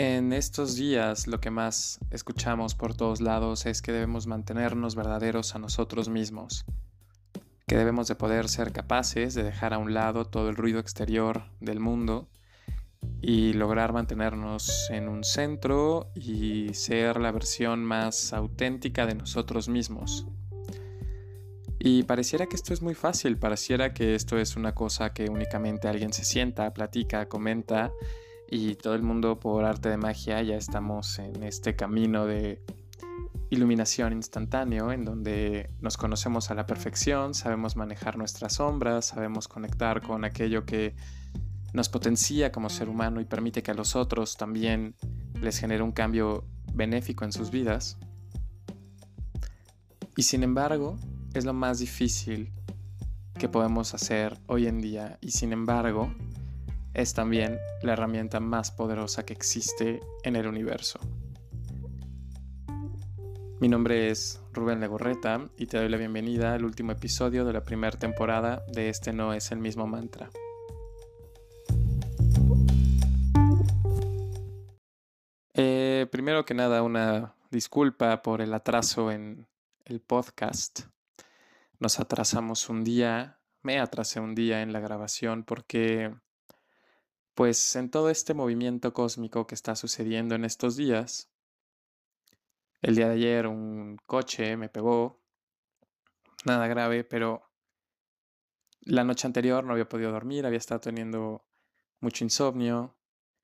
En estos días lo que más escuchamos por todos lados es que debemos mantenernos verdaderos a nosotros mismos, que debemos de poder ser capaces de dejar a un lado todo el ruido exterior del mundo y lograr mantenernos en un centro y ser la versión más auténtica de nosotros mismos. Y pareciera que esto es muy fácil, pareciera que esto es una cosa que únicamente alguien se sienta, platica, comenta y todo el mundo por arte de magia ya estamos en este camino de iluminación instantáneo en donde nos conocemos a la perfección, sabemos manejar nuestras sombras, sabemos conectar con aquello que nos potencia como ser humano y permite que a los otros también les genere un cambio benéfico en sus vidas. Y sin embargo, es lo más difícil que podemos hacer hoy en día y sin embargo, es también la herramienta más poderosa que existe en el universo. Mi nombre es Rubén Legorreta y te doy la bienvenida al último episodio de la primera temporada de Este no es el mismo mantra. Primero que nada, una disculpa por el atraso en el podcast. Nos atrasamos un día, me atrasé un día en la grabación porque, pues, en todo este movimiento cósmico que está sucediendo en estos días, el día de ayer un coche me pegó, nada grave, pero la noche anterior no había podido dormir, había estado teniendo mucho insomnio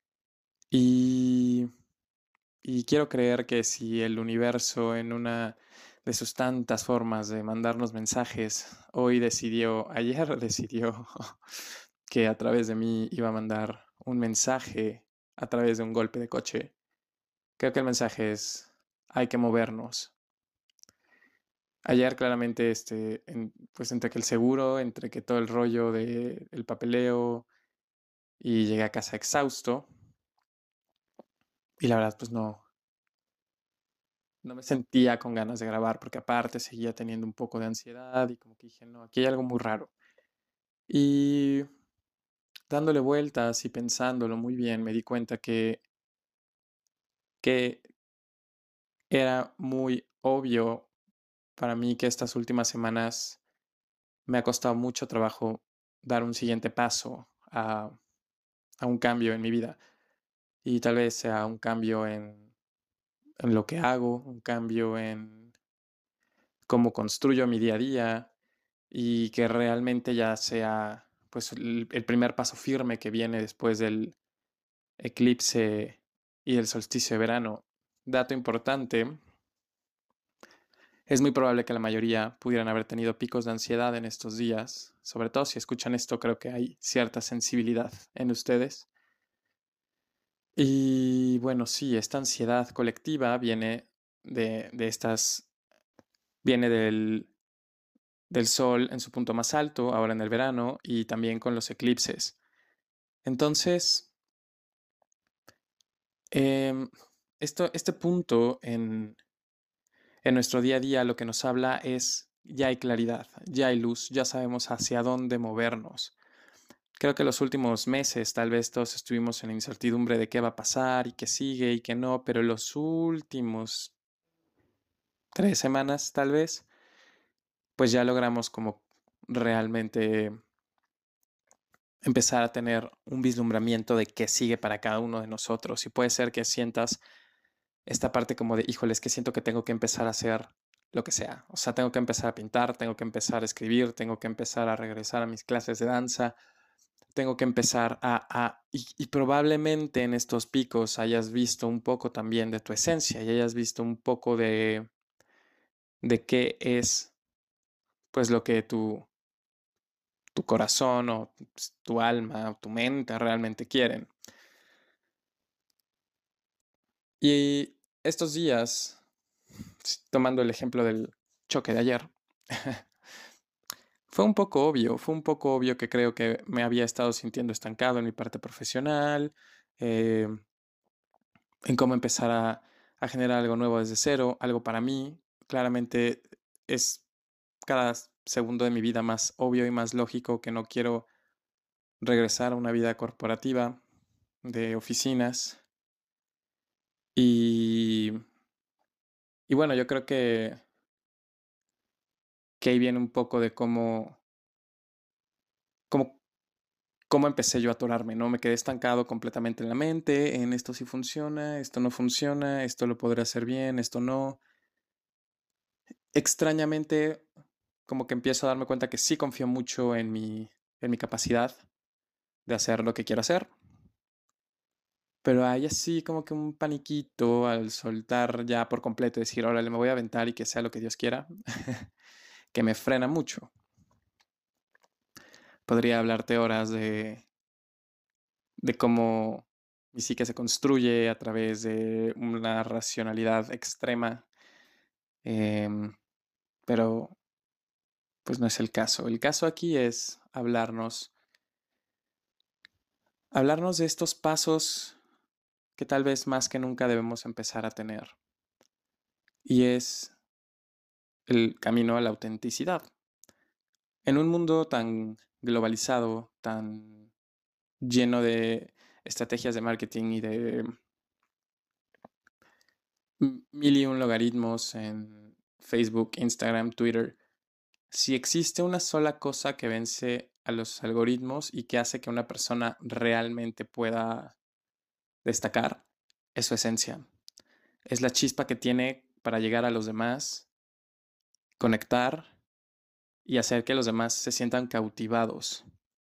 y, y quiero creer que si el universo en una de sus tantas formas de mandarnos mensajes ayer decidió que a través de mí iba a mandar un mensaje a través de un golpe de coche. Creo que el mensaje es, hay que movernos. Ayer claramente, pues entre que el seguro, entre que todo el rollo del papeleo y llegué a casa exhausto y la verdad pues no me sentía con ganas de grabar porque aparte seguía teniendo un poco de ansiedad y como que dije, no, aquí hay algo muy raro. Y dándole vueltas y pensándolo muy bien, me di cuenta que era muy obvio para mí que estas últimas semanas me ha costado mucho trabajo dar un siguiente paso a un cambio en mi vida. Y tal vez sea un cambio en lo que hago, un cambio en cómo construyo mi día a día y que realmente ya sea pues el primer paso firme que viene después del eclipse y el solsticio de verano. Dato importante, es muy probable que la mayoría pudieran haber tenido picos de ansiedad en estos días. Sobre todo si escuchan esto, creo que hay cierta sensibilidad en ustedes. Y bueno, sí, esta ansiedad colectiva viene de estas, viene del sol en su punto más alto, ahora en el verano, y también con los eclipses. Entonces, em, este punto en nuestro día a día lo que nos habla es ya hay claridad, ya hay luz, ya sabemos hacia dónde movernos. Creo que los últimos meses tal vez todos estuvimos en incertidumbre de qué va a pasar y qué sigue y qué no, pero los últimos 3 semanas tal vez, pues ya logramos como realmente empezar a tener un vislumbramiento de qué sigue para cada uno de nosotros. Y puede ser que sientas esta parte como de, híjole, es que siento que tengo que empezar a hacer lo que sea. O sea, tengo que empezar a pintar, tengo que empezar a escribir, tengo que empezar a regresar a mis clases de danza, tengo que empezar y probablemente en estos picos hayas visto un poco también de tu esencia y hayas visto un poco de qué es pues lo que tu corazón o tu alma o tu mente realmente quieren. Y estos días, tomando el ejemplo del choque de ayer, fue un poco obvio que creo que me había estado sintiendo estancado en mi parte profesional, eh, en cómo empezar a generar algo nuevo desde cero, algo para mí. Claramente es cada segundo de mi vida más obvio y más lógico que no quiero regresar a una vida corporativa de oficinas Y, y bueno, yo creo que ahí viene un poco de cómo, cómo empecé yo a atorarme, ¿no? Me quedé estancado completamente en la mente, en esto sí funciona, esto no funciona, esto lo podré hacer bien, esto no. Extrañamente, como que empiezo a darme cuenta que sí confío mucho en mi capacidad de hacer lo que quiero hacer, pero hay así como que un paniquito al soltar ya por completo, decir, órale, me voy a aventar y que sea lo que Dios quiera, que me frena mucho. Podría hablarte horas de cómo mi psique se construye a través de una racionalidad extrema, em, pero pues no es el caso. El caso aquí es hablarnos de estos pasos que tal vez más que nunca debemos empezar a tener. Y es el camino a la autenticidad. En un mundo tan globalizado, tan lleno de estrategias de marketing y de mil y un logaritmos en Facebook, Instagram, Twitter, si existe una sola cosa que vence a los algoritmos y que hace que una persona realmente pueda destacar, es su esencia. Es la chispa que tiene para llegar a los demás, conectar y hacer que los demás se sientan cautivados.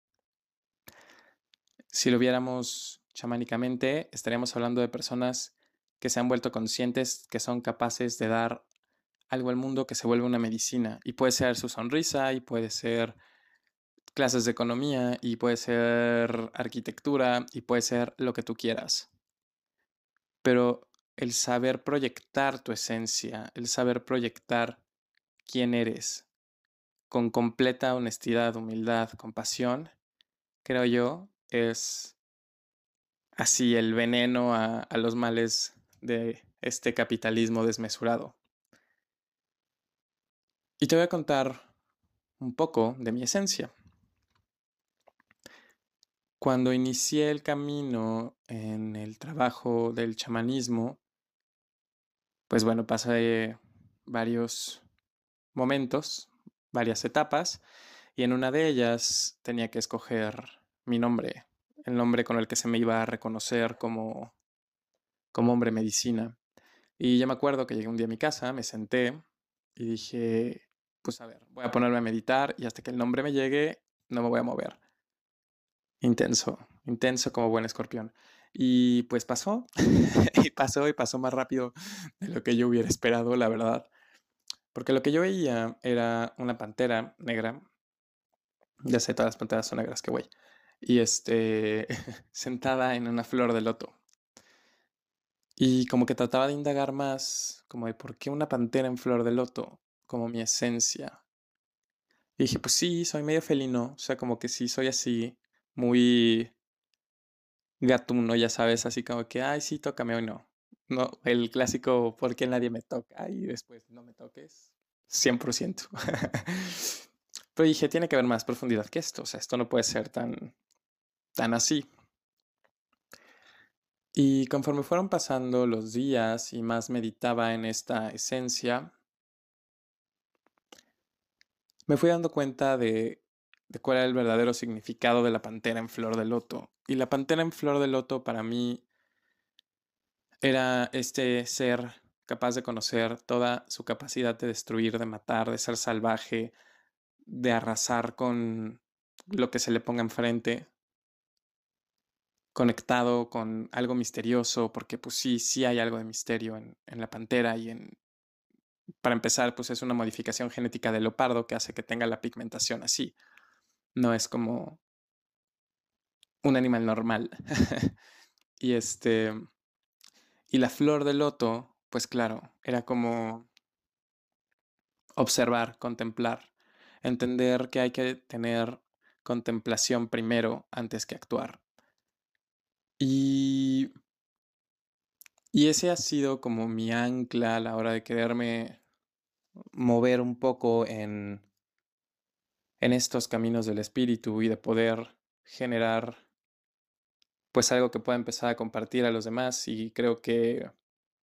Si lo viéramos chamánicamente, estaríamos hablando de personas que se han vuelto conscientes, que son capaces de dar algo al mundo que se vuelve una medicina. Y puede ser su sonrisa, y puede ser clases de economía, y puede ser arquitectura, y puede ser lo que tú quieras. Pero el saber proyectar tu esencia, el saber proyectar quién eres, con completa honestidad, humildad, compasión, creo yo, es así el veneno a los males de este capitalismo desmesurado. Y te voy a contar un poco de mi esencia. Cuando inicié el camino en el trabajo del chamanismo, pues bueno, pasé varios momentos, varias etapas, y en una de ellas tenía que escoger mi nombre, el nombre con el que se me iba a reconocer como hombre medicina. Y yo me acuerdo que llegué un día a mi casa, me senté y dije, pues a ver, voy a ponerme a meditar y hasta que el nombre me llegue, no me voy a mover. Intenso, intenso como buen escorpión. Y pues pasó, y pasó más rápido de lo que yo hubiera esperado, la verdad. Porque lo que yo veía era una pantera negra, ya sé, todas las panteras son negras, qué güey, y sentada en una flor de loto. Y como que trataba de indagar más, como de por qué una pantera en flor de loto, como mi esencia. Y dije, pues sí, soy medio felino, o sea, como que sí, soy así, muy gatuno, ya sabes, así como que, ay, sí, tócame hoy no. No, el clásico, ¿por qué nadie me toca? Y después, no me toques, 100%. Pero dije, tiene que haber más profundidad que esto, o sea, esto no puede ser tan así. Y conforme fueron pasando los días y más meditaba en esta esencia, me fui dando cuenta de cuál era el verdadero significado de la pantera en flor de loto. Y la pantera en flor de loto para mí era este ser capaz de conocer toda su capacidad de destruir, de matar, de ser salvaje, de arrasar con lo que se le ponga enfrente, conectado con algo misterioso, porque pues sí, sí hay algo de misterio en la pantera para empezar, pues es una modificación genética del leopardo que hace que tenga la pigmentación así. No es como un animal normal. y y la flor de loto, pues claro, era como observar, contemplar, entender que hay que tener contemplación primero antes que actuar. Y, y ese ha sido como mi ancla a la hora de quererme mover un poco en estos caminos del espíritu y de poder generar pues algo que pueda empezar a compartir a los demás y creo que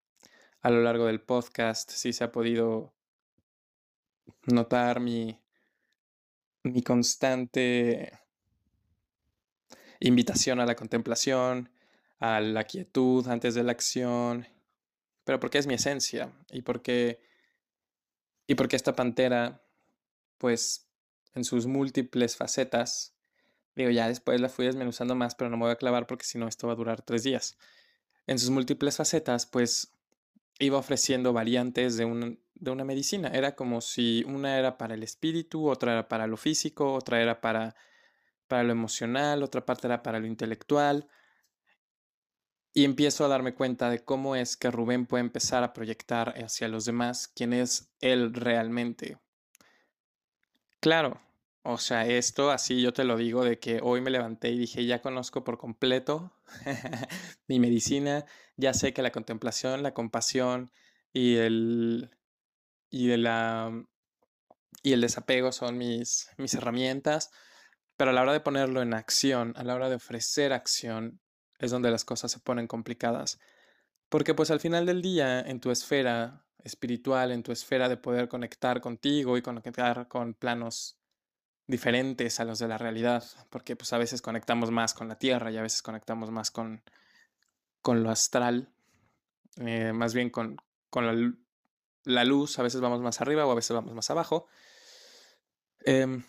a lo largo del podcast sí se ha podido notar mi constante invitación a la contemplación, a la quietud antes de la acción, pero porque es mi esencia y porque esta pantera, pues en sus múltiples facetas, digo, ya después la fui desmenuzando más, pero no me voy a clavar porque si no esto va a durar 3 días. En sus múltiples facetas, pues iba ofreciendo variantes de una medicina. Era como si una era para el espíritu, otra era para lo físico, otra era para lo emocional, otra parte era para lo intelectual. Y empiezo a darme cuenta de cómo es que Rubén puede empezar a proyectar hacia los demás quién es él realmente. Claro, o sea, esto así yo te lo digo de que hoy me levanté y dije, ya conozco por completo mi medicina, ya sé que la contemplación, la compasión y y de la y el desapego son mis herramientas, pero a la hora de ponerlo en acción, a la hora de ofrecer acción, es donde las cosas se ponen complicadas. Porque pues al final del día, en tu esfera espiritual, en tu esfera de poder conectar contigo y conectar con planos diferentes a los de la realidad, porque pues a veces conectamos más con la tierra y a veces conectamos más con lo astral, más bien con la luz, a veces vamos más arriba o a veces vamos más abajo. Em,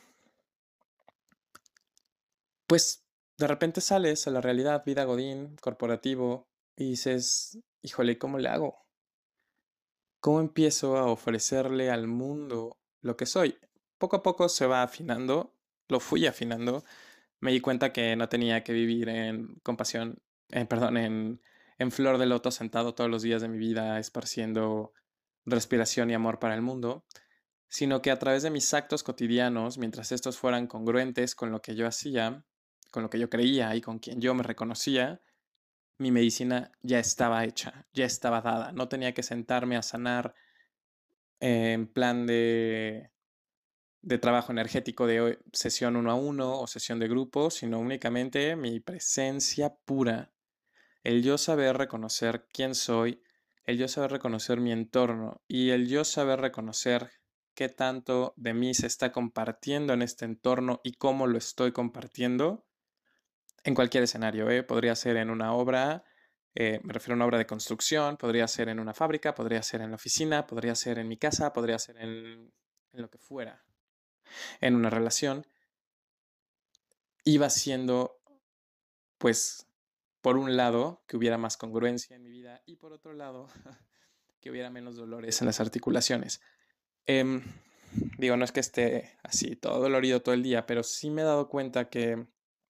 pues de repente sales a la realidad, vida godín, corporativo, y dices, híjole, ¿cómo le hago? ¿Cómo empiezo a ofrecerle al mundo lo que soy? Poco a poco se va afinando, lo fui afinando, me di cuenta que no tenía que vivir en compasión, perdón, en flor de loto sentado todos los días de mi vida esparciendo respiración y amor para el mundo, sino que a través de mis actos cotidianos, mientras estos fueran congruentes con lo que yo hacía, con lo que yo creía y con quien yo me reconocía, mi medicina ya estaba hecha, ya estaba dada. No tenía que sentarme a sanar en plan de trabajo energético de sesión uno a uno o sesión de grupo, sino únicamente mi presencia pura, el yo saber reconocer quién soy, el yo saber reconocer mi entorno y el yo saber reconocer qué tanto de mí se está compartiendo en este entorno y cómo lo estoy compartiendo en cualquier escenario. Podría ser en una obra, me refiero a una obra de construcción, podría ser en una fábrica, podría ser en la oficina, podría ser en mi casa, podría ser en lo que fuera, en una relación. Iba siendo, pues, por un lado, que hubiera más congruencia en mi vida y por otro lado, que hubiera menos dolores en las articulaciones. Em, digo, no es que esté así todo dolorido todo el día, pero sí me he dado cuenta que,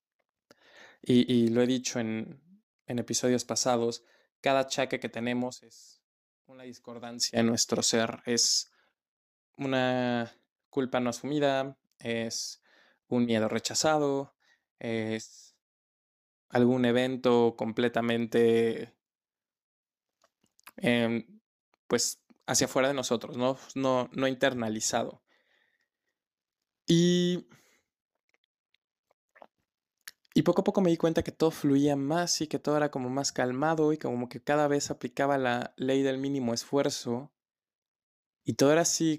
y lo he dicho en episodios pasados, cada achaque que tenemos es una discordancia en nuestro ser, es una culpa no asumida, es un miedo rechazado, es algún evento completamente, em, pues, hacia afuera de nosotros, no internalizado. Y, y poco a poco me di cuenta que todo fluía más y que todo era como más calmado y como que cada vez aplicaba la ley del mínimo esfuerzo y todo era así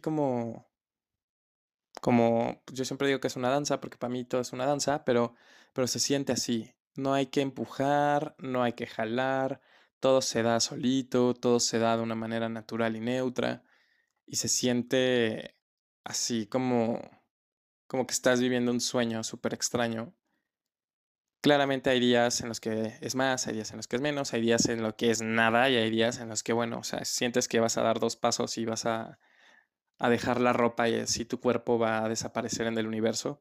como pues, yo siempre digo que es una danza, porque para mí todo es una danza, pero se siente así. No hay que empujar, no hay que jalar, todo se da solito, todo se da de una manera natural y neutra, y se siente así como que estás viviendo un sueño súper extraño. Claramente hay días en los que es más, hay días en los que es menos, hay días en los que es nada y hay días en los que, bueno, o sea, sientes que vas a dar 2 pasos y vas a dejar la ropa y así tu cuerpo va a desaparecer en el universo.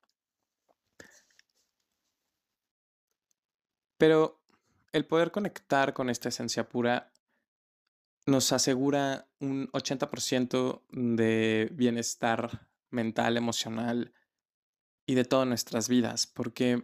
Pero el poder conectar con esta esencia pura nos asegura un 80% de bienestar mental, emocional y de todas nuestras vidas, porque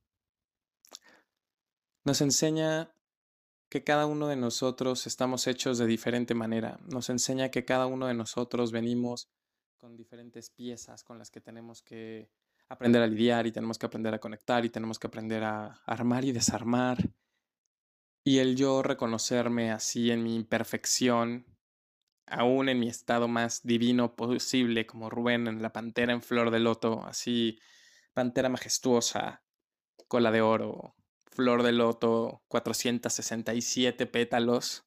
nos enseña que cada uno de nosotros estamos hechos de diferente manera, nos enseña que cada uno de nosotros venimos con diferentes piezas con las que tenemos que aprender a lidiar y tenemos que aprender a conectar y tenemos que aprender a armar y desarmar. Y el yo reconocerme así en mi imperfección, aún en mi estado más divino posible, como Rubén en la pantera en flor de loto, así, pantera majestuosa, cola de oro, flor de loto, 467 pétalos,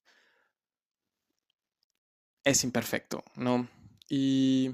es imperfecto, ¿no? Y,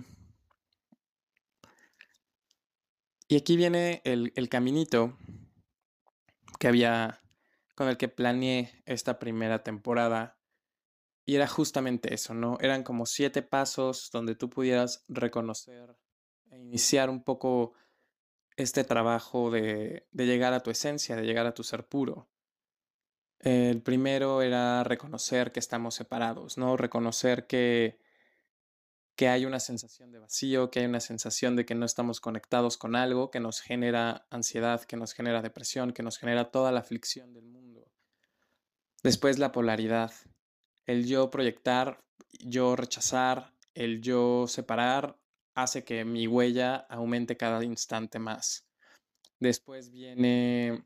y aquí viene el caminito que había, con el que planeé esta primera temporada. Y era justamente eso, ¿no? Eran como 7 pasos donde tú pudieras reconocer e iniciar un poco este trabajo de llegar a tu esencia, de llegar a tu ser puro. El primero era reconocer que estamos separados, ¿no? Reconocer que hay una sensación de vacío, que hay una sensación de que no estamos conectados con algo que nos genera ansiedad, que nos genera depresión, que nos genera toda la aflicción del mundo. Después la polaridad, el yo proyectar, yo rechazar, el yo separar, hace que mi huella aumente cada instante más. Después viene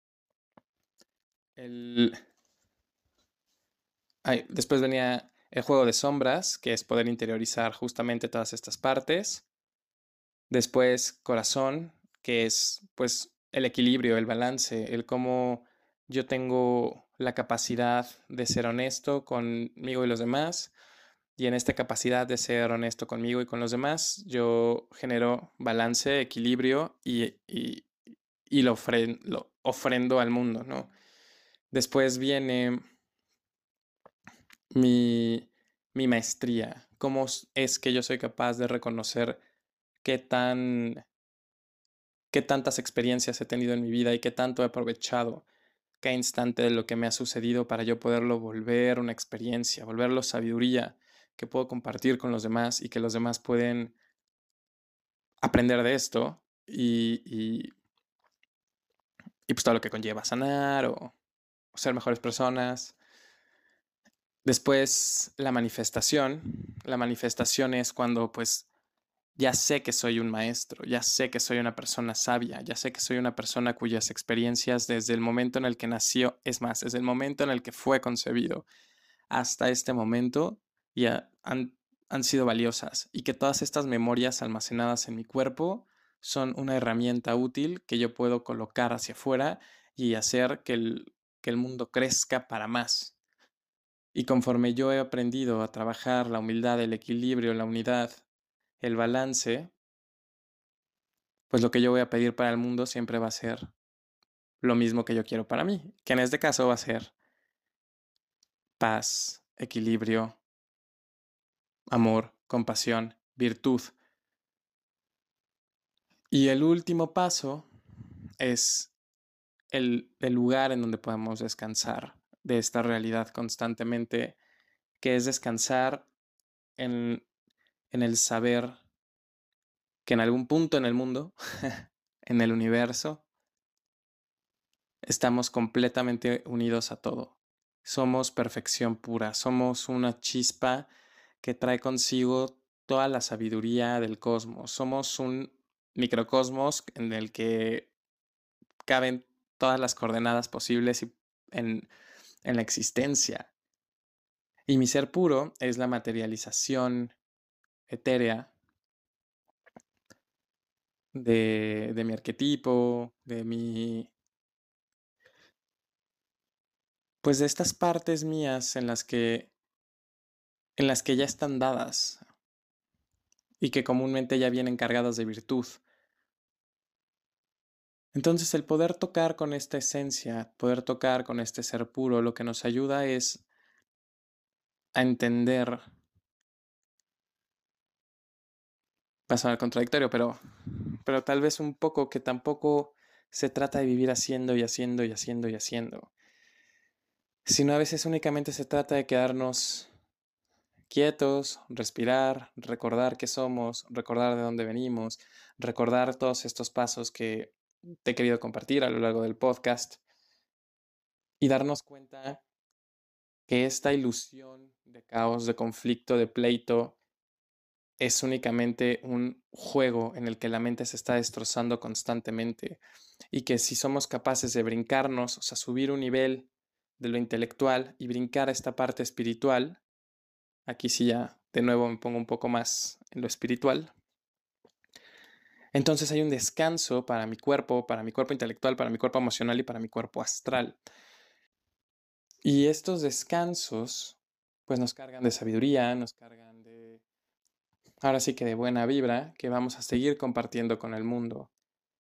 el... después venía el juego de sombras, que es poder interiorizar justamente todas estas partes. Después corazón, que es pues el equilibrio, el balance, el cómo yo tengo la capacidad de ser honesto conmigo y los demás. Y en esta capacidad de ser honesto conmigo y con los demás, yo genero balance, equilibrio y lo ofrendo al mundo, ¿no? Después viene mi, mi maestría. ¿Cómo es que yo soy capaz de reconocer qué qué tantas experiencias he tenido en mi vida y qué tanto he aprovechado cada instante de lo que me ha sucedido para yo poderlo volver una experiencia, volverlo sabiduría que puedo compartir con los demás y que los demás pueden aprender de esto y pues todo lo que conlleva sanar o ser mejores personas. Después la manifestación. La manifestación es cuando pues ya sé que soy un maestro, ya sé que soy una persona sabia, ya sé que soy una persona cuyas experiencias desde el momento en el que nació, es más, desde el momento en el que fue concebido hasta este momento, ya han sido valiosas y que todas estas memorias almacenadas en mi cuerpo son una herramienta útil que yo puedo colocar hacia afuera y hacer que el mundo crezca para más. Y conforme yo he aprendido a trabajar la humildad, el equilibrio, la unidad, el balance, pues lo que yo voy a pedir para el mundo siempre va a ser lo mismo que yo quiero para mí, que en este caso va a ser paz, equilibrio, amor, compasión, virtud. Y el último paso es el lugar en donde podemos descansar de esta realidad constantemente, que es descansar en, en el saber que en algún punto en el mundo, en el universo, estamos completamente unidos a todo. Somos perfección pura, somos una chispa que trae consigo toda la sabiduría del cosmos. Somos un microcosmos en el que caben todas las coordenadas posibles en la existencia. Y mi ser puro es la materialización etérea de mi arquetipo, pues de estas partes mías en las que ya están dadas y que comúnmente ya vienen cargadas de virtud. Entonces el poder tocar con esta esencia, poder tocar con este ser puro, lo que nos ayuda es a entender, va a sonar contradictorio, pero tal vez un poco que tampoco se trata de vivir haciendo y haciendo y haciendo y haciendo, sino a veces únicamente se trata de quedarnos quietos, respirar, recordar qué somos, recordar de dónde venimos, recordar todos estos pasos que te he querido compartir a lo largo del podcast y darnos cuenta que esta ilusión de caos, de conflicto, de pleito, es únicamente un juego en el que la mente se está destrozando constantemente y que si somos capaces de brincarnos, o sea, subir un nivel de lo intelectual y brincar a esta parte espiritual, aquí sí ya de nuevo me pongo un poco más en lo espiritual, entonces hay un descanso para mi cuerpo intelectual, para mi cuerpo emocional y para mi cuerpo astral. Y estos descansos pues nos cargan de sabiduría, nos cargan de, ahora sí que de buena vibra, que vamos a seguir compartiendo con el mundo.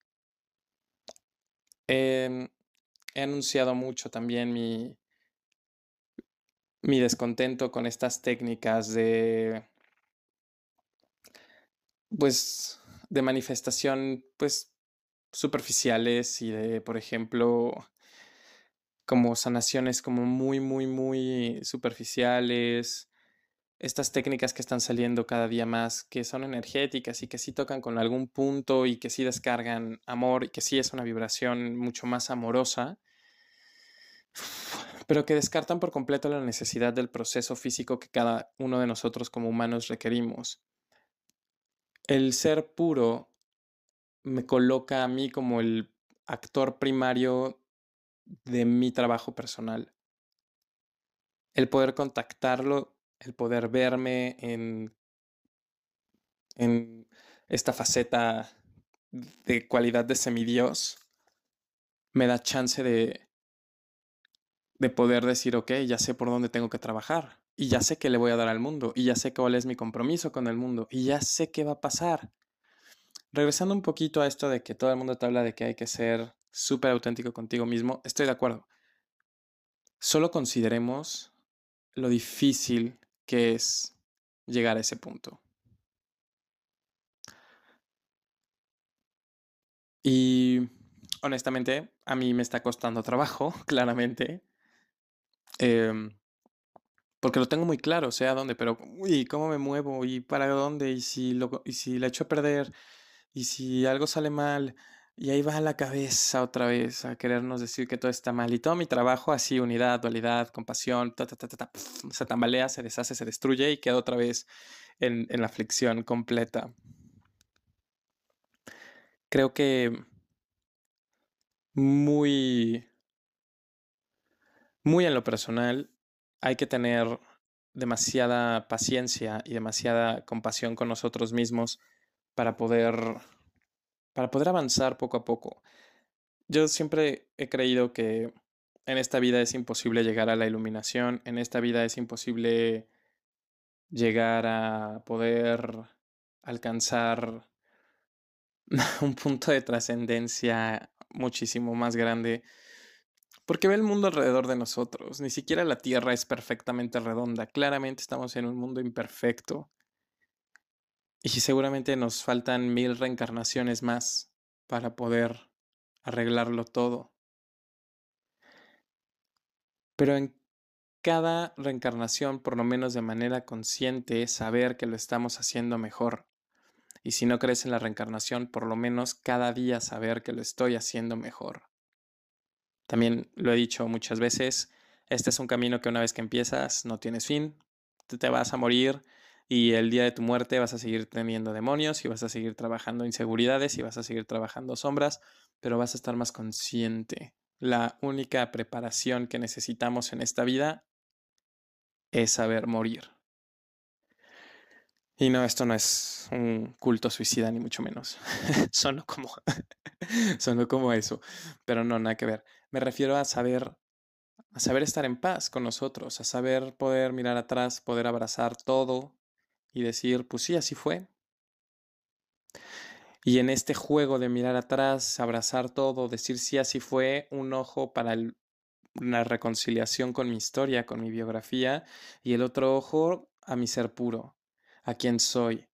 He, he anunciado mucho también mi descontento con estas técnicas pues, de manifestación, pues, superficiales y de, por ejemplo, como sanaciones como muy, muy, muy superficiales. Estas técnicas que están saliendo cada día más, que son energéticas y que sí tocan con algún punto y que sí descargan amor y que sí es una vibración mucho más amorosa, pero que descartan por completo la necesidad del proceso físico que cada uno de nosotros como humanos requerimos. El ser puro me coloca a mí como el actor primario de mi trabajo personal. El poder contactarlo, el poder verme en esta faceta de cualidad de semidios, me da chance de poder decir, ok, ya sé por dónde tengo que trabajar, y ya sé qué le voy a dar al mundo, y ya sé cuál es mi compromiso con el mundo, y ya sé qué va a pasar. Regresando un poquito a esto de que todo el mundo te habla de que hay que ser súper auténtico contigo mismo, estoy de acuerdo. Solo consideremos lo difícil que es llegar a ese punto. Y honestamente, a mí me está costando trabajo, claramente, em, porque lo tengo muy claro, sé a dónde, pero uy, ¿cómo me muevo? ¿Y para dónde? ¿Y si la echo a perder? ¿Y si algo sale mal? Y ahí va la cabeza otra vez a querernos decir que todo está mal. Y todo mi trabajo así, unidad, dualidad, compasión, se tambalea, se deshace, se destruye y queda otra vez en la aflicción completa. Creo que muy, muy en lo personal hay que tener demasiada paciencia y demasiada compasión con nosotros mismos para poder, para poder avanzar poco a poco. Yo siempre he creído que en esta vida es imposible llegar a la iluminación, en esta vida es imposible llegar a poder alcanzar un punto de trascendencia muchísimo más grande, porque ve el mundo alrededor de nosotros. Ni siquiera la Tierra es perfectamente redonda. Claramente estamos en un mundo imperfecto y seguramente nos faltan 1000 reencarnaciones más para poder arreglarlo todo. Pero en cada reencarnación, por lo menos de manera consciente, saber que lo estamos haciendo mejor. Y si no crees en la reencarnación, por lo menos cada día saber que lo estoy haciendo mejor. También lo he dicho muchas veces, este es un camino que una vez que empiezas no tienes fin, te vas a morir y el día de tu muerte vas a seguir teniendo demonios y vas a seguir trabajando inseguridades y vas a seguir trabajando sombras, pero vas a estar más consciente. La única preparación que necesitamos en esta vida es saber morir. Y no, esto no es un culto suicida ni mucho menos. Sonó como, sonó como eso, pero no, nada que ver. Me refiero a saber estar en paz con nosotros, a saber poder mirar atrás, poder abrazar todo y decir, pues sí, así fue. Y en este juego de mirar atrás, abrazar todo, decir sí, así fue, un ojo para una reconciliación con mi historia, con mi biografía, y el otro ojo a mi ser puro, a quien soy.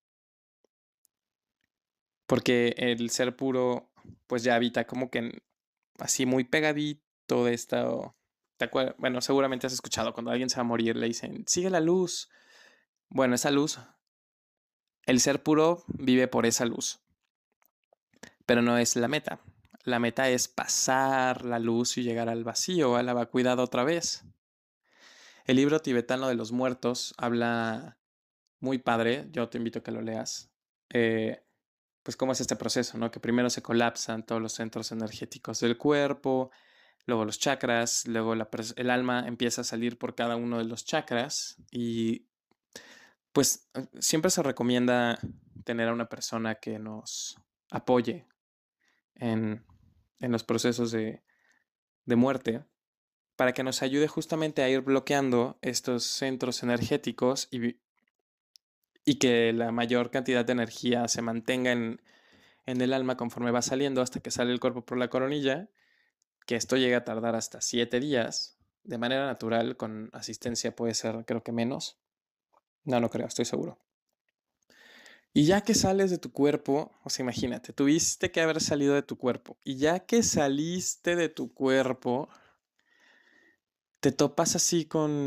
Porque el ser puro, pues ya habita como que así muy pegadito de esta. Bueno, seguramente has escuchado cuando alguien se va a morir, le dicen, sigue la luz. Bueno, esa luz, el ser puro vive por esa luz, pero no es la meta. La meta es pasar la luz y llegar al vacío, a la vacuidad otra vez. El libro tibetano de los muertos habla muy padre, yo te invito a que lo leas. Pues cómo es este proceso, ¿no? Que primero se colapsan todos los centros energéticos del cuerpo, luego los chakras, luego el alma empieza a salir por cada uno de los chakras y pues siempre se recomienda tener a una persona que nos apoye en, en los procesos de muerte para que nos ayude justamente a ir bloqueando estos centros energéticos y que la mayor cantidad de energía se mantenga en el alma conforme va saliendo hasta que sale el cuerpo por la coronilla, que esto llega a tardar hasta 7 días. De manera natural, con asistencia puede ser creo que menos. No, no creo, estoy seguro. Y ya que sales de tu cuerpo, o sea, imagínate, tuviste que haber salido de tu cuerpo. Y ya que saliste de tu cuerpo, te topas así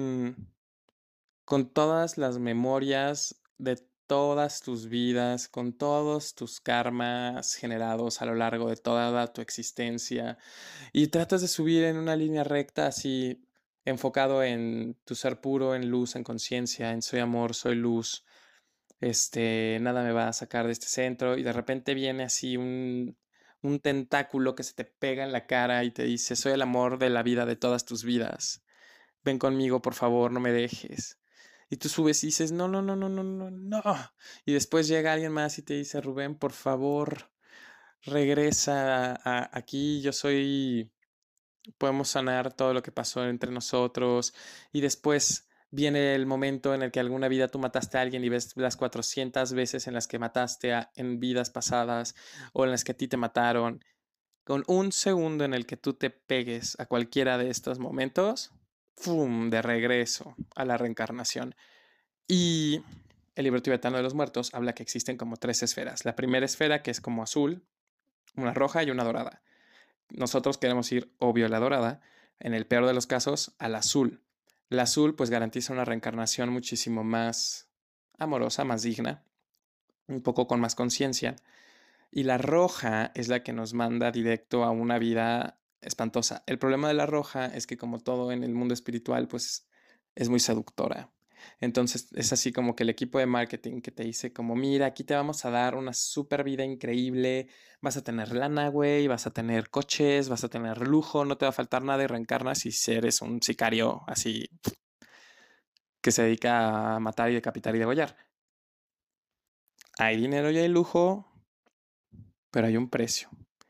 con todas las memorias de todas tus vidas, con todos tus karmas generados a lo largo de toda tu existencia. Y tratas de subir en una línea recta así, enfocado en tu ser puro, en luz, en conciencia, en soy amor, soy luz. Nada me va a sacar de este centro y de repente viene así un tentáculo que se te pega en la cara y te dice, soy el amor de la vida de todas tus vidas, ven conmigo, por favor, no me dejes. Y tú subes y dices, no, no, no, no, no, no, no. Y después llega alguien más y te dice, Rubén, por favor, regresa aquí, yo soy, podemos sanar todo lo que pasó entre nosotros. Y después viene el momento en el que alguna vida tú mataste a alguien y ves las 400 veces en las que mataste en vidas pasadas o en las que a ti te mataron. Con un segundo en el que tú te pegues a cualquiera de estos momentos, ¡fum!, de regreso a la reencarnación. Y el libro tibetano de los muertos habla que existen como 3 esferas. La primera esfera, que es como azul, una roja y una dorada. Nosotros queremos ir, obvio, a la dorada, en el peor de los casos, al azul. La azul pues garantiza una reencarnación muchísimo más amorosa, más digna, un poco con más conciencia. Y la roja es la que nos manda directo a una vida espantosa. El problema de la roja es que como todo en el mundo espiritual, pues es muy seductora. Entonces es así como que el equipo de marketing que te dice como, mira, aquí te vamos a dar una super vida increíble, vas a tener lana, güey, vas a tener coches, vas a tener lujo, no te va a faltar nada y reencarnas y eres un sicario así que se dedica a matar y decapitar y degollar. Hay dinero y hay lujo, pero hay un precio.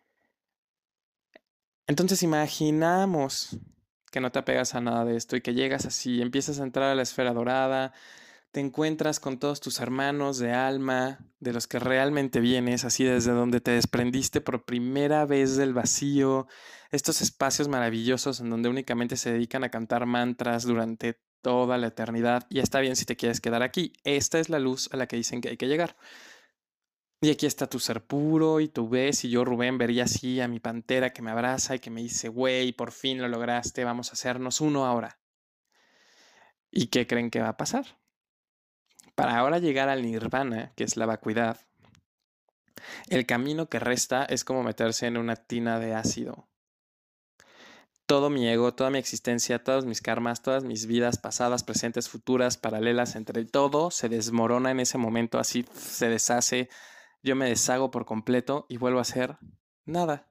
Entonces imaginamos que no te apegas a nada de esto y que llegas así, empiezas a entrar a la esfera dorada, te encuentras con todos tus hermanos de alma, de los que realmente vienes, así desde donde te desprendiste por primera vez del vacío, estos espacios maravillosos en donde únicamente se dedican a cantar mantras durante toda la eternidad. Y está bien si te quieres quedar aquí, esta es la luz a la que dicen que hay que llegar. Y aquí está tu ser puro y tú ves y yo, Rubén, vería así a mi pantera que me abraza y que me dice, güey, por fin lo lograste, vamos a hacernos uno ahora. ¿Y qué creen que va a pasar? Para ahora llegar al nirvana, que es la vacuidad, el camino que resta es como meterse en una tina de ácido. Todo mi ego, toda mi existencia, todos mis karmas, todas mis vidas pasadas, presentes, futuras, paralelas, entre todo se desmorona en ese momento, así se deshace, yo me deshago por completo y vuelvo a ser nada.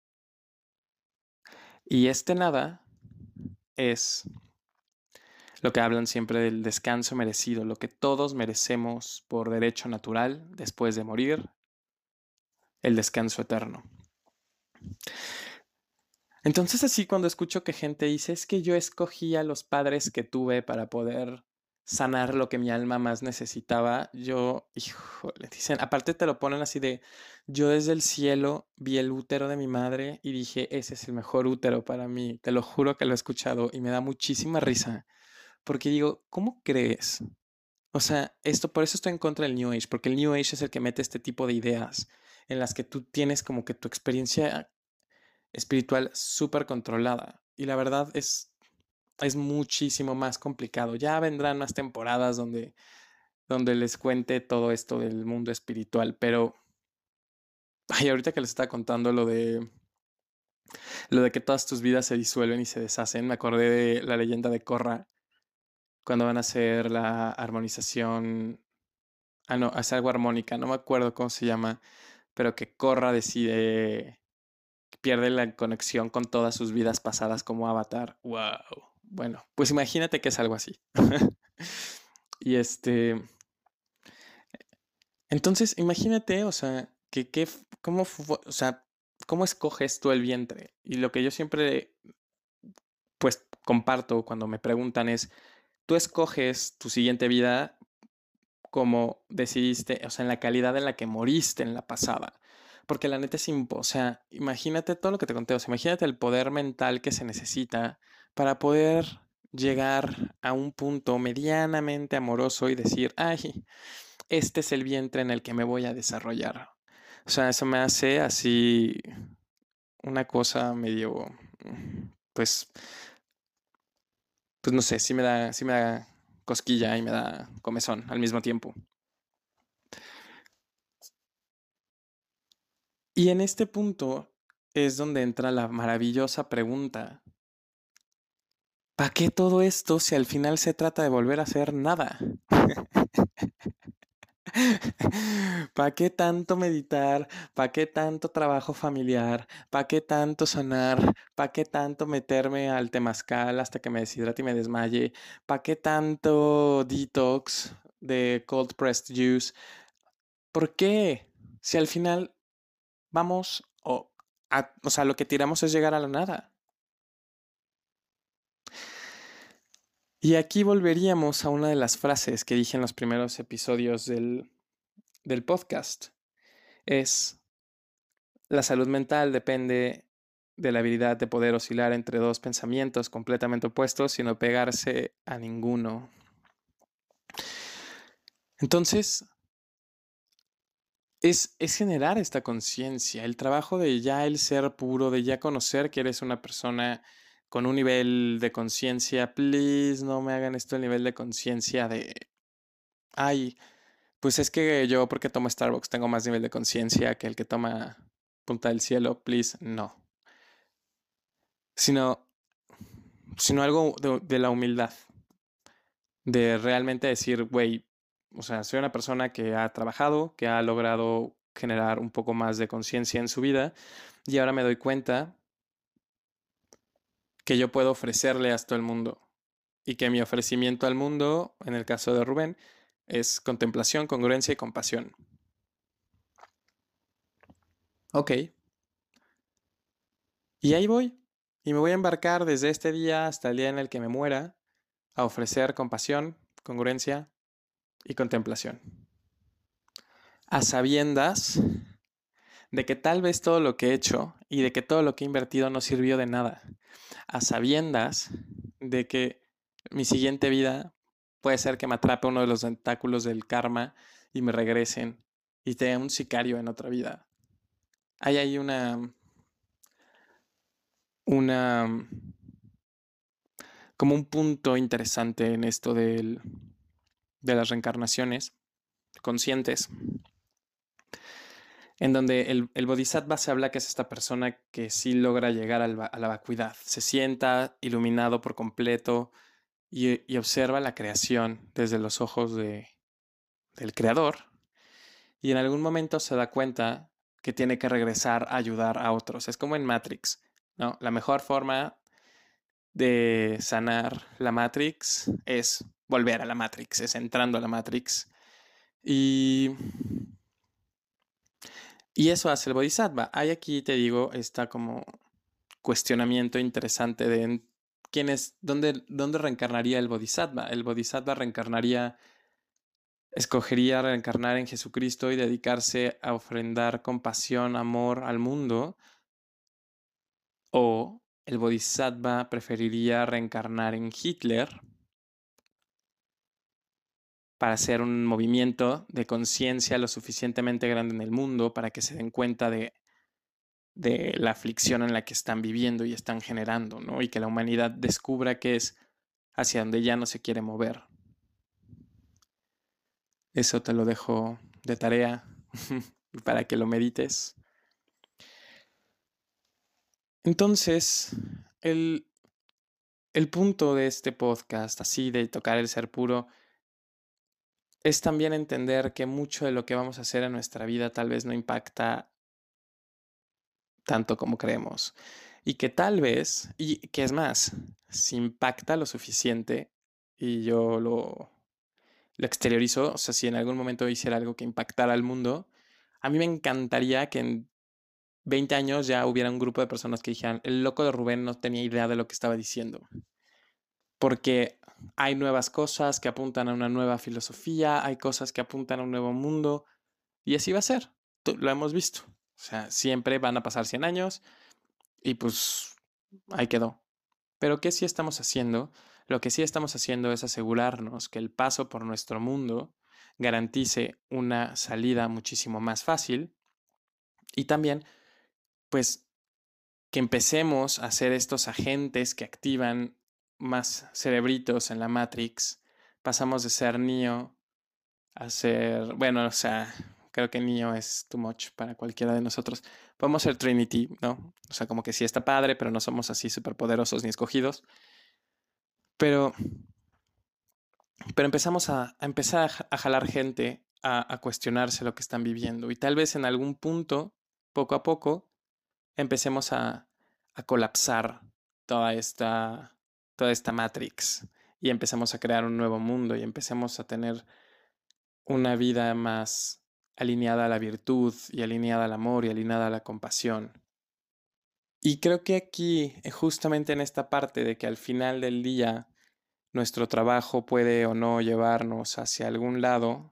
Y este nada es lo que hablan siempre del descanso merecido, lo que todos merecemos por derecho natural después de morir, el descanso eterno. Entonces así cuando escucho que gente dice, es que yo escogí a los padres que tuve para poder sanar lo que mi alma más necesitaba, yo, híjole, dicen, aparte te lo ponen así de, yo desde el cielo vi el útero de mi madre y dije, ese es el mejor útero para mí, te lo juro que lo he escuchado y me da muchísima risa, porque digo, ¿cómo crees? O sea, esto, por eso estoy en contra del New Age, porque el New Age es el que mete este tipo de ideas en las que tú tienes como que tu experiencia espiritual súper controlada. Y la verdad es muchísimo más complicado. Ya vendrán más temporadas donde les cuente todo esto del mundo espiritual, pero ay, ahorita que les estaba contando lo de que todas tus vidas se disuelven y se deshacen, me acordé de la leyenda de Korra, cuando van a hacer la armonización. Ah, no, hace algo armónica, no me acuerdo cómo se llama, pero que Korra decide pierde la conexión con todas sus vidas pasadas como Avatar. ¡Wow! Bueno, pues imagínate que es algo así. Y entonces imagínate, o sea, o sea, cómo escoges tú el vientre. Y lo que yo siempre, pues, comparto cuando me preguntan es, tú escoges tu siguiente vida como decidiste, o sea, en la calidad en la que moriste en la pasada. Porque la neta es o sea, imagínate todo lo que te conté, o sea, imagínate el poder mental que se necesita para poder llegar a un punto medianamente amoroso y decir, ay, este es el vientre en el que me voy a desarrollar. O sea, eso me hace así una cosa medio, pues, pues no sé, sí me da cosquilla y me da comezón al mismo tiempo. Y en este punto es donde entra la maravillosa pregunta. ¿Para qué todo esto si al final se trata de volver a hacer nada? ¿Para qué tanto meditar? ¿Para qué tanto trabajo familiar? ¿Para qué tanto sanar? ¿Para qué tanto meterme al temazcal hasta que me deshidrate y me desmaye? ¿Para qué tanto detox de cold pressed juice? ¿Por qué? Si al final vamos o sea, lo que tiramos es llegar a la nada. Y aquí volveríamos a una de las frases que dije en los primeros episodios del podcast. Es, la salud mental depende de la habilidad de poder oscilar entre dos pensamientos completamente opuestos y no pegarse a ninguno. Entonces, es generar esta conciencia, el trabajo de ya el ser puro, de ya conocer que eres una persona con un nivel de conciencia. Please, no me hagan esto el nivel de conciencia de, ay, pues es que yo porque tomo Starbucks tengo más nivel de conciencia que el que toma Punta del Cielo. Please, no. Sino, sino algo de la humildad, de realmente decir, güey, o sea, soy una persona que ha trabajado, que ha logrado generar un poco más de conciencia en su vida y ahora me doy cuenta que yo puedo ofrecerle a todo el mundo y que mi ofrecimiento al mundo, en el caso de Rubén, es contemplación, congruencia y compasión. Ok, y ahí voy. Y me voy a embarcar desde este día hasta el día en el que me muera a ofrecer compasión, congruencia y contemplación. A sabiendas de que tal vez todo lo que he hecho y de que todo lo que he invertido no sirvió de nada. A sabiendas de que mi siguiente vida puede ser que me atrape uno de los tentáculos del karma y me regresen y tenga un sicario en otra vida. Hay ahí una, como un punto interesante en esto de las reencarnaciones conscientes, en donde el bodhisattva se habla que es esta persona que sí logra llegar a la vacuidad, se sienta iluminado por completo y observa la creación desde los ojos del creador y en algún momento se da cuenta que tiene que regresar a ayudar a otros. Es como en Matrix, ¿no? La mejor forma de sanar la Matrix es volver a la Matrix, es entrando a la Matrix. Y Y eso hace el Bodhisattva. Hay aquí, te digo, está como cuestionamiento interesante de dónde reencarnaría el Bodhisattva. El Bodhisattva escogería reencarnar en Jesucristo y dedicarse a ofrendar compasión, amor al mundo, o el Bodhisattva preferiría reencarnar en Hitler para hacer un movimiento de conciencia lo suficientemente grande en el mundo para que se den cuenta de la aflicción en la que están viviendo y están generando, ¿no? Y que la humanidad descubra que es hacia donde ya no se quiere mover. Eso te lo dejo de tarea para que lo medites. Entonces, el, el punto de este podcast, así de tocar el ser puro, es también entender que mucho de lo que vamos a hacer en nuestra vida tal vez no impacta tanto como creemos. Y que tal vez, y que es más, si impacta lo suficiente y yo lo exteriorizo, o sea, si en algún momento hiciera algo que impactara al mundo, a mí me encantaría que en 20 años ya hubiera un grupo de personas que dijeran, el loco de Rubén no tenía idea de lo que estaba diciendo, porque hay nuevas cosas que apuntan a una nueva filosofía, hay cosas que apuntan a un nuevo mundo, y así va a ser. Lo hemos visto. O sea, siempre van a pasar 100 años y pues ahí quedó. Pero ¿qué sí estamos haciendo? Lo que sí estamos haciendo es asegurarnos que el paso por nuestro mundo garantice una salida muchísimo más fácil y también, pues, que empecemos a ser estos agentes que activan más cerebritos en la Matrix. Pasamos de ser Neo a ser, bueno, o sea, creo que Neo es too much para cualquiera de nosotros. Podemos ser Trinity, ¿no? O sea, como que sí está padre, pero no somos así súper poderosos ni escogidos. Pero, pero empezamos a empezar a jalar gente a cuestionarse lo que están viviendo. Y tal vez en algún punto, poco a poco, empecemos a colapsar toda toda esta Matrix y empecemos a crear un nuevo mundo y empecemos a tener una vida más alineada a la virtud y alineada al amor y alineada a la compasión. Y creo que aquí, justamente en esta parte de que al final del día nuestro trabajo puede o no llevarnos hacia algún lado,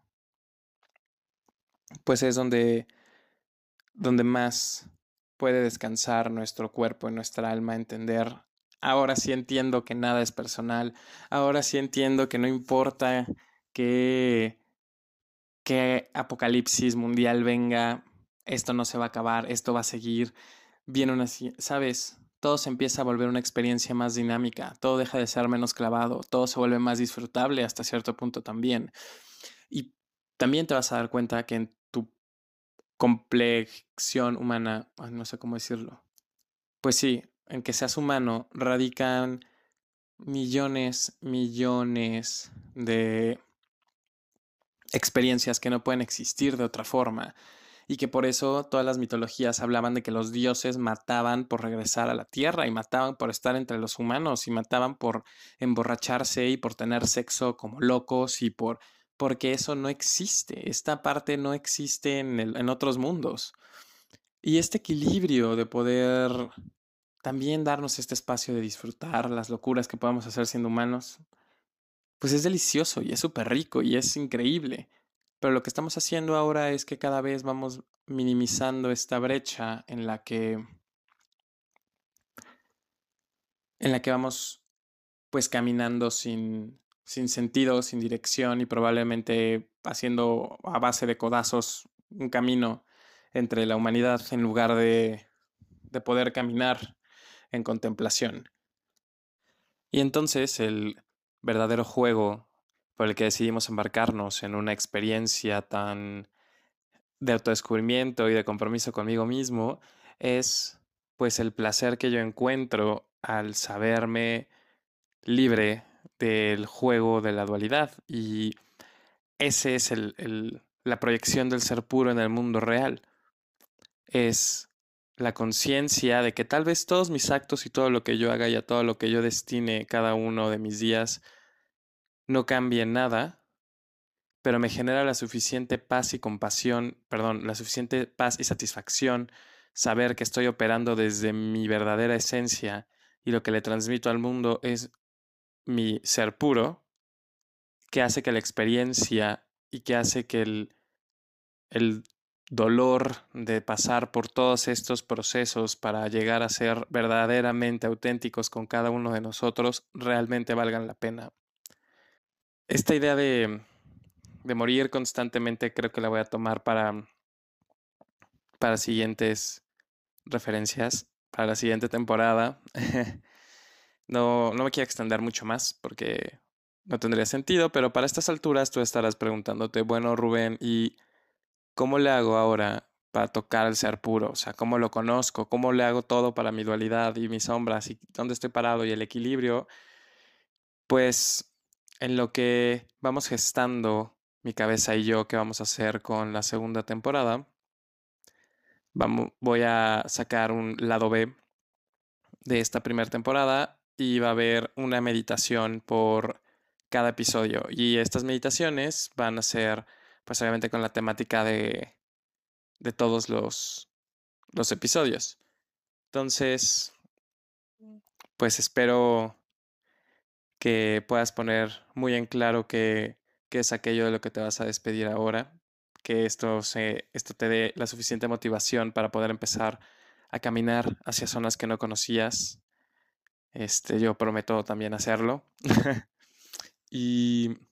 pues es donde más puede descansar nuestro cuerpo y nuestra alma, entender. Ahora sí entiendo que nada es personal. Ahora sí entiendo que no importa que, que apocalipsis mundial venga, esto no se va a acabar, esto va a seguir. Viene una, ¿sabes? Todo se empieza a volver una experiencia más dinámica, todo deja de ser menos clavado, todo se vuelve más disfrutable hasta cierto punto también. Y también te vas a dar cuenta que en tu complexión humana, no sé cómo decirlo, pues sí, en que seas humano radican millones de experiencias que no pueden existir de otra forma y que por eso todas las mitologías hablaban de que los dioses mataban por regresar a la tierra y mataban por estar entre los humanos y mataban por emborracharse y por tener sexo como locos y porque eso no existe, esta parte no existe en otros mundos. Y este equilibrio de poder también darnos este espacio de disfrutar las locuras que podamos hacer siendo humanos, pues es delicioso y es súper rico y es increíble. Pero lo que estamos haciendo ahora es que cada vez vamos minimizando esta brecha en la que vamos pues caminando sin sentido, sin dirección y probablemente haciendo a base de codazos un camino entre la humanidad en lugar de poder caminar en contemplación. Y entonces el verdadero juego por el que decidimos embarcarnos en una experiencia tan de autodescubrimiento y de compromiso conmigo mismo es pues el placer que yo encuentro al saberme libre del juego de la dualidad. Y ese es la proyección del ser puro en el mundo real. Es la conciencia de que tal vez todos mis actos y todo lo que yo haga y a todo lo que yo destine cada uno de mis días no cambie nada, pero me genera la suficiente paz y compasión, perdón, la suficiente paz y satisfacción saber que estoy operando desde mi verdadera esencia y lo que le transmito al mundo es mi ser puro, que hace que la experiencia y que hace que el dolor de pasar por todos estos procesos para llegar a ser verdaderamente auténticos con cada uno de nosotros realmente valgan la pena. Esta idea de morir constantemente creo que la voy a tomar para siguientes referencias, para la siguiente temporada. No me quiero extender mucho más porque no tendría sentido, pero para estas alturas tú estarás preguntándote, bueno, Rubén, ¿y cómo le hago ahora para tocar el ser puro? O sea, ¿cómo lo conozco? ¿Cómo le hago todo para mi dualidad y mis sombras y dónde estoy parado y el equilibrio? Pues en lo que vamos gestando mi cabeza y yo, qué vamos a hacer con la segunda temporada, voy a sacar un lado B de esta primera temporada y va a haber una meditación por cada episodio. Y estas meditaciones van a ser, pues obviamente con la temática de todos los episodios. Entonces, pues espero que puedas poner muy en claro qué es aquello de lo que te vas a despedir ahora, que esto te dé la suficiente motivación para poder empezar a caminar hacia zonas que no conocías. Yo prometo también hacerlo. y,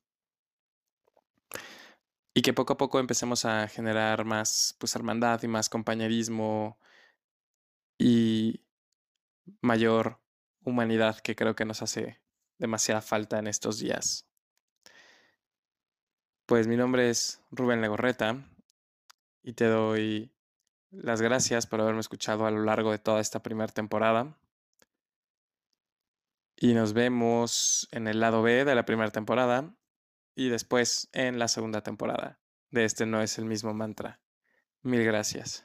y que poco a poco empecemos a generar más pues hermandad y más compañerismo y mayor humanidad que creo que nos hace demasiada falta en estos días. Pues mi nombre es Rubén Legorreta y te doy las gracias por haberme escuchado a lo largo de toda esta primera temporada. Y nos vemos en el lado B de la primera temporada y después en la segunda temporada de Este no es el mismo mantra. Mil gracias.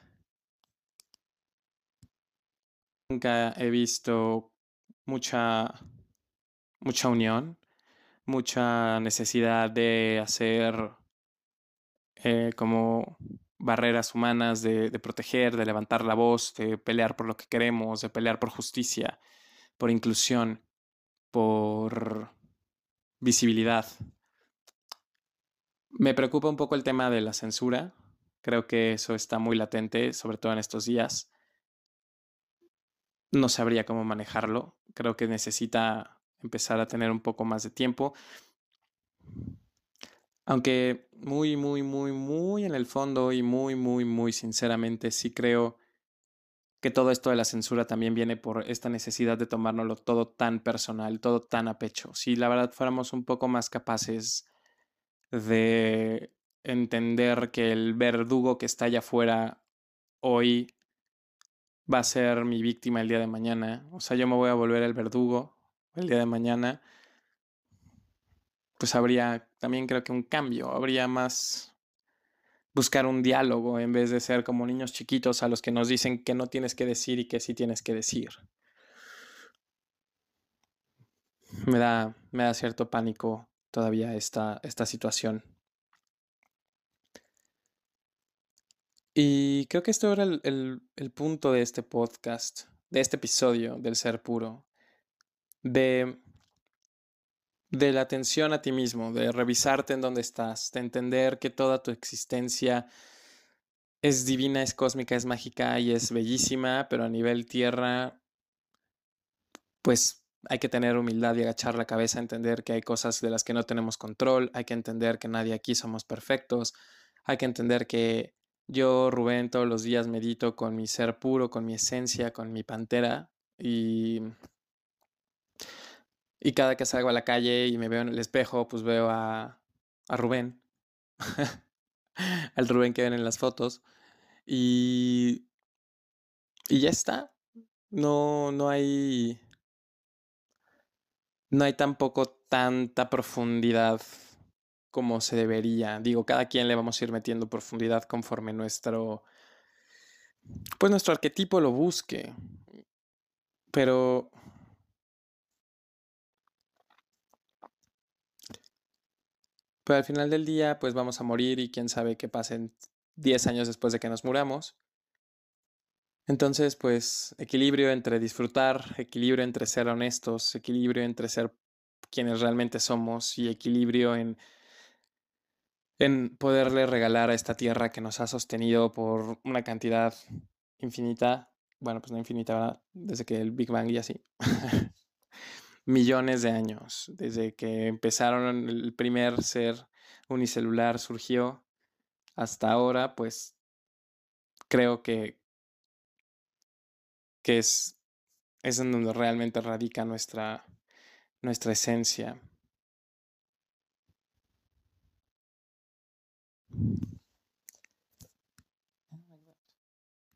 Nunca he visto mucha, mucha unión, mucha necesidad de hacer como barreras humanas, de proteger, de levantar la voz, de pelear por lo que queremos, de pelear por justicia, por inclusión, por visibilidad. Me preocupa un poco el tema de la censura. Creo que eso está muy latente, sobre todo en estos días. No sabría cómo manejarlo. Creo que necesita empezar a tener un poco más de tiempo. Aunque muy, muy, muy, muy en el fondo y muy, muy, muy sinceramente sí creo que todo esto de la censura también viene por esta necesidad de tomárnoslo todo tan personal, todo tan a pecho. Si la verdad fuéramos un poco más capaces de entender que el verdugo que está allá afuera hoy va a ser mi víctima el día de mañana, o sea, yo me voy a volver el verdugo el día de mañana, pues habría también creo que un cambio, habría más buscar un diálogo en vez de ser como niños chiquitos a los que nos dicen que no tienes que decir y que sí tienes que decir. Me da cierto pánico todavía esta situación. Y creo que esto era el punto de este podcast, de este episodio del ser puro, de, de la atención a ti mismo, de revisarte en dónde estás, de entender que toda tu existencia es divina, es cósmica, es mágica y es bellísima, pero a nivel tierra, pues hay que tener humildad y agachar la cabeza, entender que hay cosas de las que no tenemos control, hay que entender que nadie aquí somos perfectos, hay que entender que yo, Rubén, todos los días medito con mi ser puro, con mi esencia, con mi pantera y cada que salgo a la calle y me veo en el espejo, pues veo a Rubén, al Rubén que ven en las fotos y, y ya está. No, no hay tampoco tanta profundidad como se debería. Digo, cada quien le vamos a ir metiendo profundidad conforme pues nuestro arquetipo lo busque. Pero, pero al final del día, pues vamos a morir y quién sabe qué pasen 10 años después de que nos muramos. Entonces, pues equilibrio entre disfrutar, equilibrio entre ser honestos, equilibrio entre ser quienes realmente somos y equilibrio en poderle regalar a esta tierra que nos ha sostenido por una cantidad infinita, bueno, pues no infinita, ¿verdad? Desde que el Big Bang y así, millones de años, desde que empezaron el primer ser unicelular surgió hasta ahora, pues creo que es en donde realmente radica nuestra esencia.